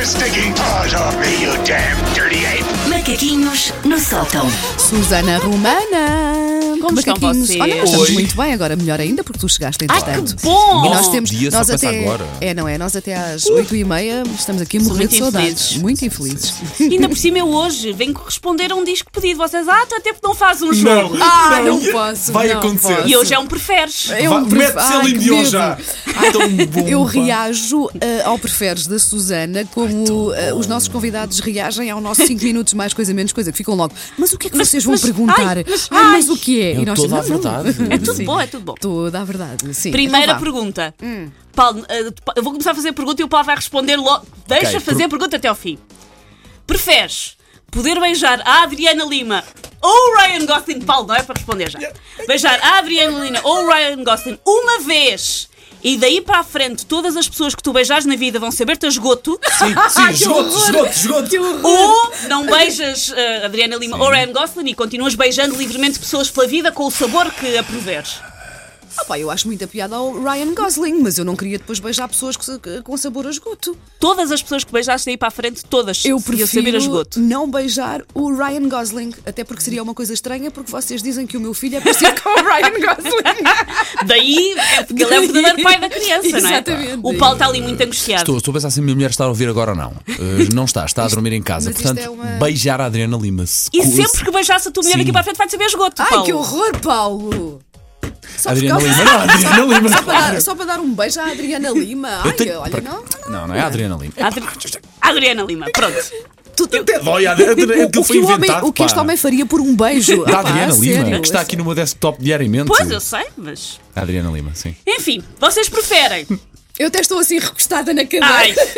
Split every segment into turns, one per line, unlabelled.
stinking paws off me, you damn dirty ape!
Macaquinhos no sótão.
Susana Romana.
Como estão vocês?
Olha, nós estamos
Oi.
muito bem agora, melhor ainda, porque tu chegaste entretanto.
que bom!
E nós temos.
dia
nós
só pensa
até,
agora.
Nós até às 8h30 estamos aqui a morrer
muito
de saudades.
infelizes.
Muito infelizes.
Ainda por cima eu hoje venho responder a um disco pedido. Vocês, tu até porque não fazes um jogo.
Não posso.
Vai
não
acontecer.
posso.
E hoje é um preferes.
Mete-se ele em Dion já. Tão bom.
Eu reajo ao preferes da Susana como os nossos convidados reagem ao nosso 5 minutos mais coisa menos coisa, que ficam logo. Mas o que é que vocês vão perguntar? Mas o que é?
É toda a verdade.
É tudo
Sim.
bom, é tudo bom.
Toda a verdade, sim.
Primeira
Então vá.
pergunta. Paulo, eu vou começar a fazer a pergunta e o Paulo vai responder logo. Deixa fazer a pergunta até ao fim. Preferes poder beijar a Adriana Lima ou o Ryan Gosling? Paulo, não é para responder já. Beijar a Adriana Lima ou o Ryan Gosling uma vez e daí para a frente todas as pessoas que tu beijares na vida vão saber-te a esgoto?
Sim, esgoto.
Ou não beijas Adriana Lima ou Ryan Gosling e continuas beijando livremente pessoas pela vida com o sabor que aproveres?
Eu acho muita piada ao Ryan Gosling, mas eu não queria depois beijar pessoas com sabor a esgoto.
Todas as pessoas que beijaste daí para a frente, todas
Eu
iam saber a
prefiro
esgoto.
não beijar o Ryan Gosling, até porque seria uma coisa estranha, porque vocês dizem que o meu filho é parecido com o Ryan Gosling.
Daí é porque ele é o verdadeiro pai da criança, não é?
Exatamente.
O Paulo está ali muito angustiado.
Estou a pensar se a minha mulher está a ouvir agora ou não. Não está a dormir em casa.
mas isto
Portanto,
é uma-
beijar a Adriana Lima.
E sempre que beijasse a tua mulher
Sim.
daqui para a frente vai saber esgoto,
Ai,
Paulo.
que horror, Paulo! Só por
Adriana
causa-
Lima, não, Adriana Lima.
Só para dar um beijo à Adriana Lima. Ai,
tenho-
olha, não.
Não é a Adriana Lima.
Adriana Lima, pronto.
Até dói, aquilo
O que,
foi inventado.
o que este homem faria por um beijo?
Da
Ah, pá,
Adriana
a
Lima,
sério?
que está aqui no meu desktop diariamente.
Pois, eu sei, mas...
A Adriana Lima, sim.
Enfim, vocês preferem
Eu até estou assim recostada na
Ai.
cadeira.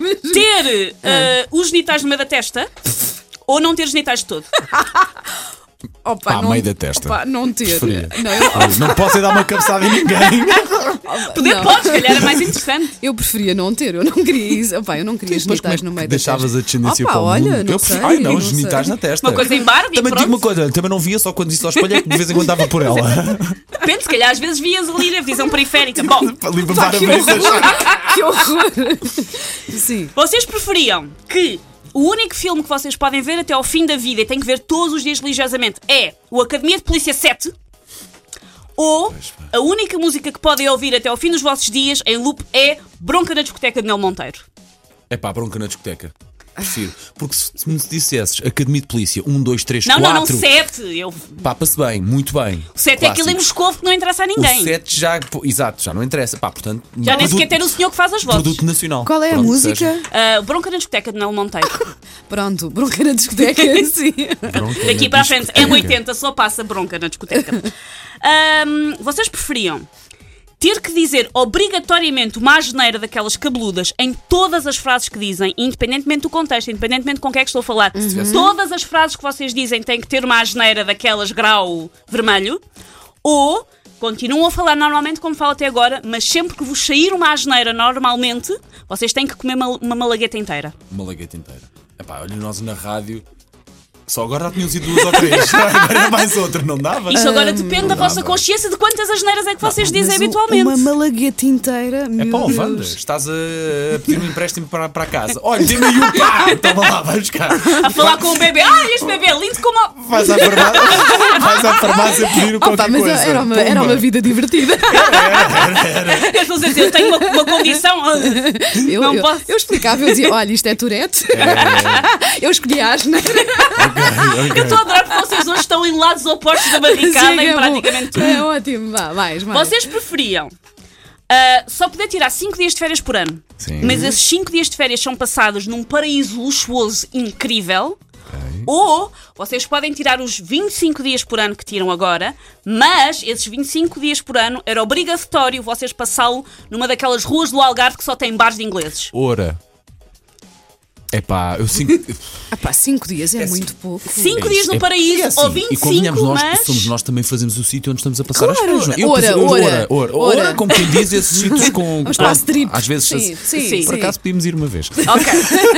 ter os genitais no meio da testa ou não ter genitais de todo?
Opa,
Pá, meio da testa.
Opa, não ter.
Preferia.
Não,
Não posso é dar uma cabeçada em ninguém.
Poder
não.
pode, se calhar é mais interessante.
Eu preferia não ter, eu não queria isso. Opa, eu não queria
Depois como é
genitais
que
no meio da
deixavas
testa.
a descendência
Opa,
para o
olha,
mundo?
não
Eu
sei,
Ai não,
não
os genitais
sei.
na testa.
Uma coisa em Barbie,
Também
pronto.
digo uma coisa, também não via só quando disse ao espelho é que de vez em quando dava por ela.
Depende, se calhar às vezes vias ali na visão periférica. Bom,
Para libertar a
Que
brisa.
horror! Que horror! Sim.
vocês preferiam que o único filme que vocês podem ver até ao fim da vida e têm que ver todos os dias religiosamente é o Academia de Polícia 7 ou a única música que podem ouvir até ao fim dos vossos dias em loop é Bronca na Discoteca de Nel Monteiro?
É pá, bronca na discoteca. Prefiro. Porque se me dissesses Academia de Polícia 1, 2, 3,
Não,
4.
não, 7. O
Pá-se bem, muito bem.
7 é aquilo em Moscou que não interessa a ninguém.
O 7 já. Exato, já não interessa. Pá, portanto.
Já nem sequer tem o senhor que faz as vozes.
Produto nacional.
Qual é a
Pronto,
música?
seja,
Bronca na Discoteca de Nel Monteiro.
Pronto, bronca na discoteca, sim.
bronca
Daqui
na
para a frente,
discoteca.
M80 só passa bronca na discoteca. Vocês preferiam ter que dizer obrigatoriamente uma asneira daquelas cabeludas em todas as frases que dizem, independentemente do contexto, independentemente com quem é que estou a falar, todas as frases que vocês dizem têm que ter uma asneira daquelas grau vermelho, ou continuam a falar normalmente como falo até agora, mas sempre que vos sair uma asneira normalmente, vocês têm que comer uma malagueta inteira.
Uma lagueta inteira. Epá, olha, nós na rádio. Só agora já tínhamos ido 2 ou 3. Agora é mais outra, não dava?
Isto agora depende da vossa
dava.
consciência de quantas asneiras é que vocês dizem
Mas
habitualmente.
Uma malagueta inteira.
É
Meu
pá,
Deus.
Wanda, estás a pedir um empréstimo para a casa. Olha, tem-me aí um pá! Toma lá, vai buscar.
A falar com o bebê. Este bebê é lindo como...
Vais à farmácia pedir
Opa,
qualquer
mas
coisa.
era
Pumba.
uma vida divertida.
As pessoas dizem, eu tenho uma condição... Não posso.
Eu explicava, eu dizia, olha, isto é Tourette. Eu escolhi a asneira.
Eu estou a adorar porque vocês hoje estão em lados opostos da barricada
Sim,
em
é bom.
praticamente tudo.
É ótimo, vá, mais.
Vocês preferiam só poder tirar 5 dias de férias por ano,
Sim.
mas esses 5 dias de férias são passados num paraíso luxuoso incrível, ou vocês podem tirar os 25 dias por ano que tiram agora, mas esses 25 dias por ano era obrigatório vocês passá-lo numa daquelas ruas do Algarve que só tem bares de ingleses.
Ora. É pá, eu sinto.
Ah pá, 5 dias é
assim,
muito pouco.
5 dias no paraíso,
assim,
ou
e
25,
convenhamos nós,
mas...
somos nós também fazemos o sítio onde estamos a passar
Claro.
as férias.
Ora.
Como quem diz, esses sítios com.
Vamos para a strip.
Às vezes,
Sim, sim,
por
sim.
acaso podíamos ir uma vez.
Ok.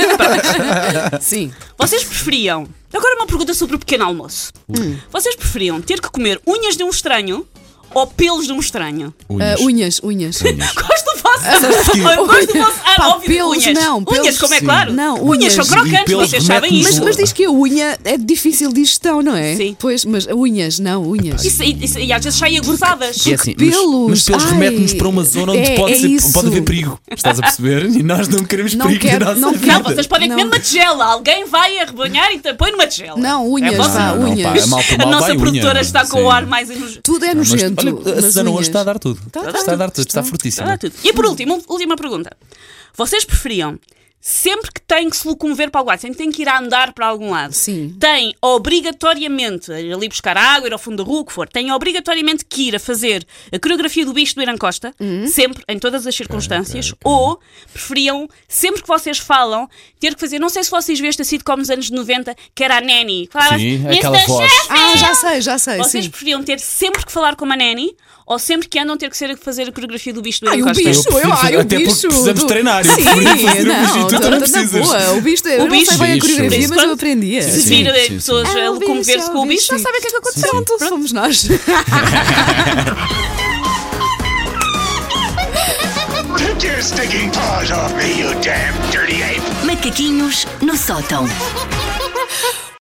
Sim.
Vocês preferiam... Agora uma pergunta sobre o pequeno almoço. Vocês preferiam ter que comer unhas de um estranho ou pelos de um estranho?
Unhas.
Gosto do vosso Eu gosto do vosso.
Pá,
Óbvio,
pelos
unhas.
não,
Unhas,
pelos
como é
sim.
claro.
Não,
unhas são
unhas.
crocantes,
E pelos
vocês sabem
remetem-nos
isso.
Mas diz que a unha é difícil de gestão, não é?
Sim.
Pois, mas unhas, não, unhas.
E às vezes saem aguçadas.
E é assim,
pelos,
mas pelos
ai,
remete-nos para uma zona onde
é
pode haver
isso.
perigo. Estás a perceber? E nós não queremos
Não
perigo
quero-
na nossa
não
vida.
quero.
Não, vocês podem comer
Não.
numa tigela. Alguém vai arrebanhar e põe numa tigela.
Não, unhas,
É vosso.
vá,
Não, não,
unhas.
pá, a malta
A
mal
nossa
vai
produtora
unha.
está com
Sim.
o ar mais enojado.
Tudo é
Mas,
nojento.
olha, a
mas
Susana hoje
unhas.
está a dar tudo. Está a dar tudo, está
Dá
fortíssima.
tudo. E por último, última pergunta. Vocês preferiam, sempre que têm que se locomover para algum lado, sempre que têm que ir a andar para algum lado,
Sim.
têm obrigatoriamente, ir ali buscar água, ir ao fundo da rua, o que for, têm obrigatoriamente que ir a fazer a coreografia do bicho do Irã Costa, sempre, em todas as circunstâncias, ou preferiam, sempre que vocês falam, ter que fazer, não sei se vocês viram esta sitcom dos anos 90, que era a Nanny. Falava
Sim,
assim,
aquela
"Mr.
voz."
Sheffield."
Ah, já sei,
Vocês
sim.
preferiam ter sempre que falar com uma Nanny, ou sempre que andam ter que fazer a coreografia do bicho do
Ai,
Irã
o
Costa?
bicho,
prefiro,
o
até porque
bicho.
precisamos treinar. Eu
Sim,
preferia fazer o bicho e tu não
na
precisas.
boa, o bicho, eu não
bicho.
sei bem a
Bicho.
coreografia, mas eu
Pronto.
aprendia.
Se
Sim,
vir
sim,
pessoas
Ah,
a
o bicho,
locomover-se com o bicho, já
sim.
sabem o que é que aconteceu.
Pronto, fomos nós.
Take your stinking paws off me, you damn dirty ape!
Macaquinhos no sótão.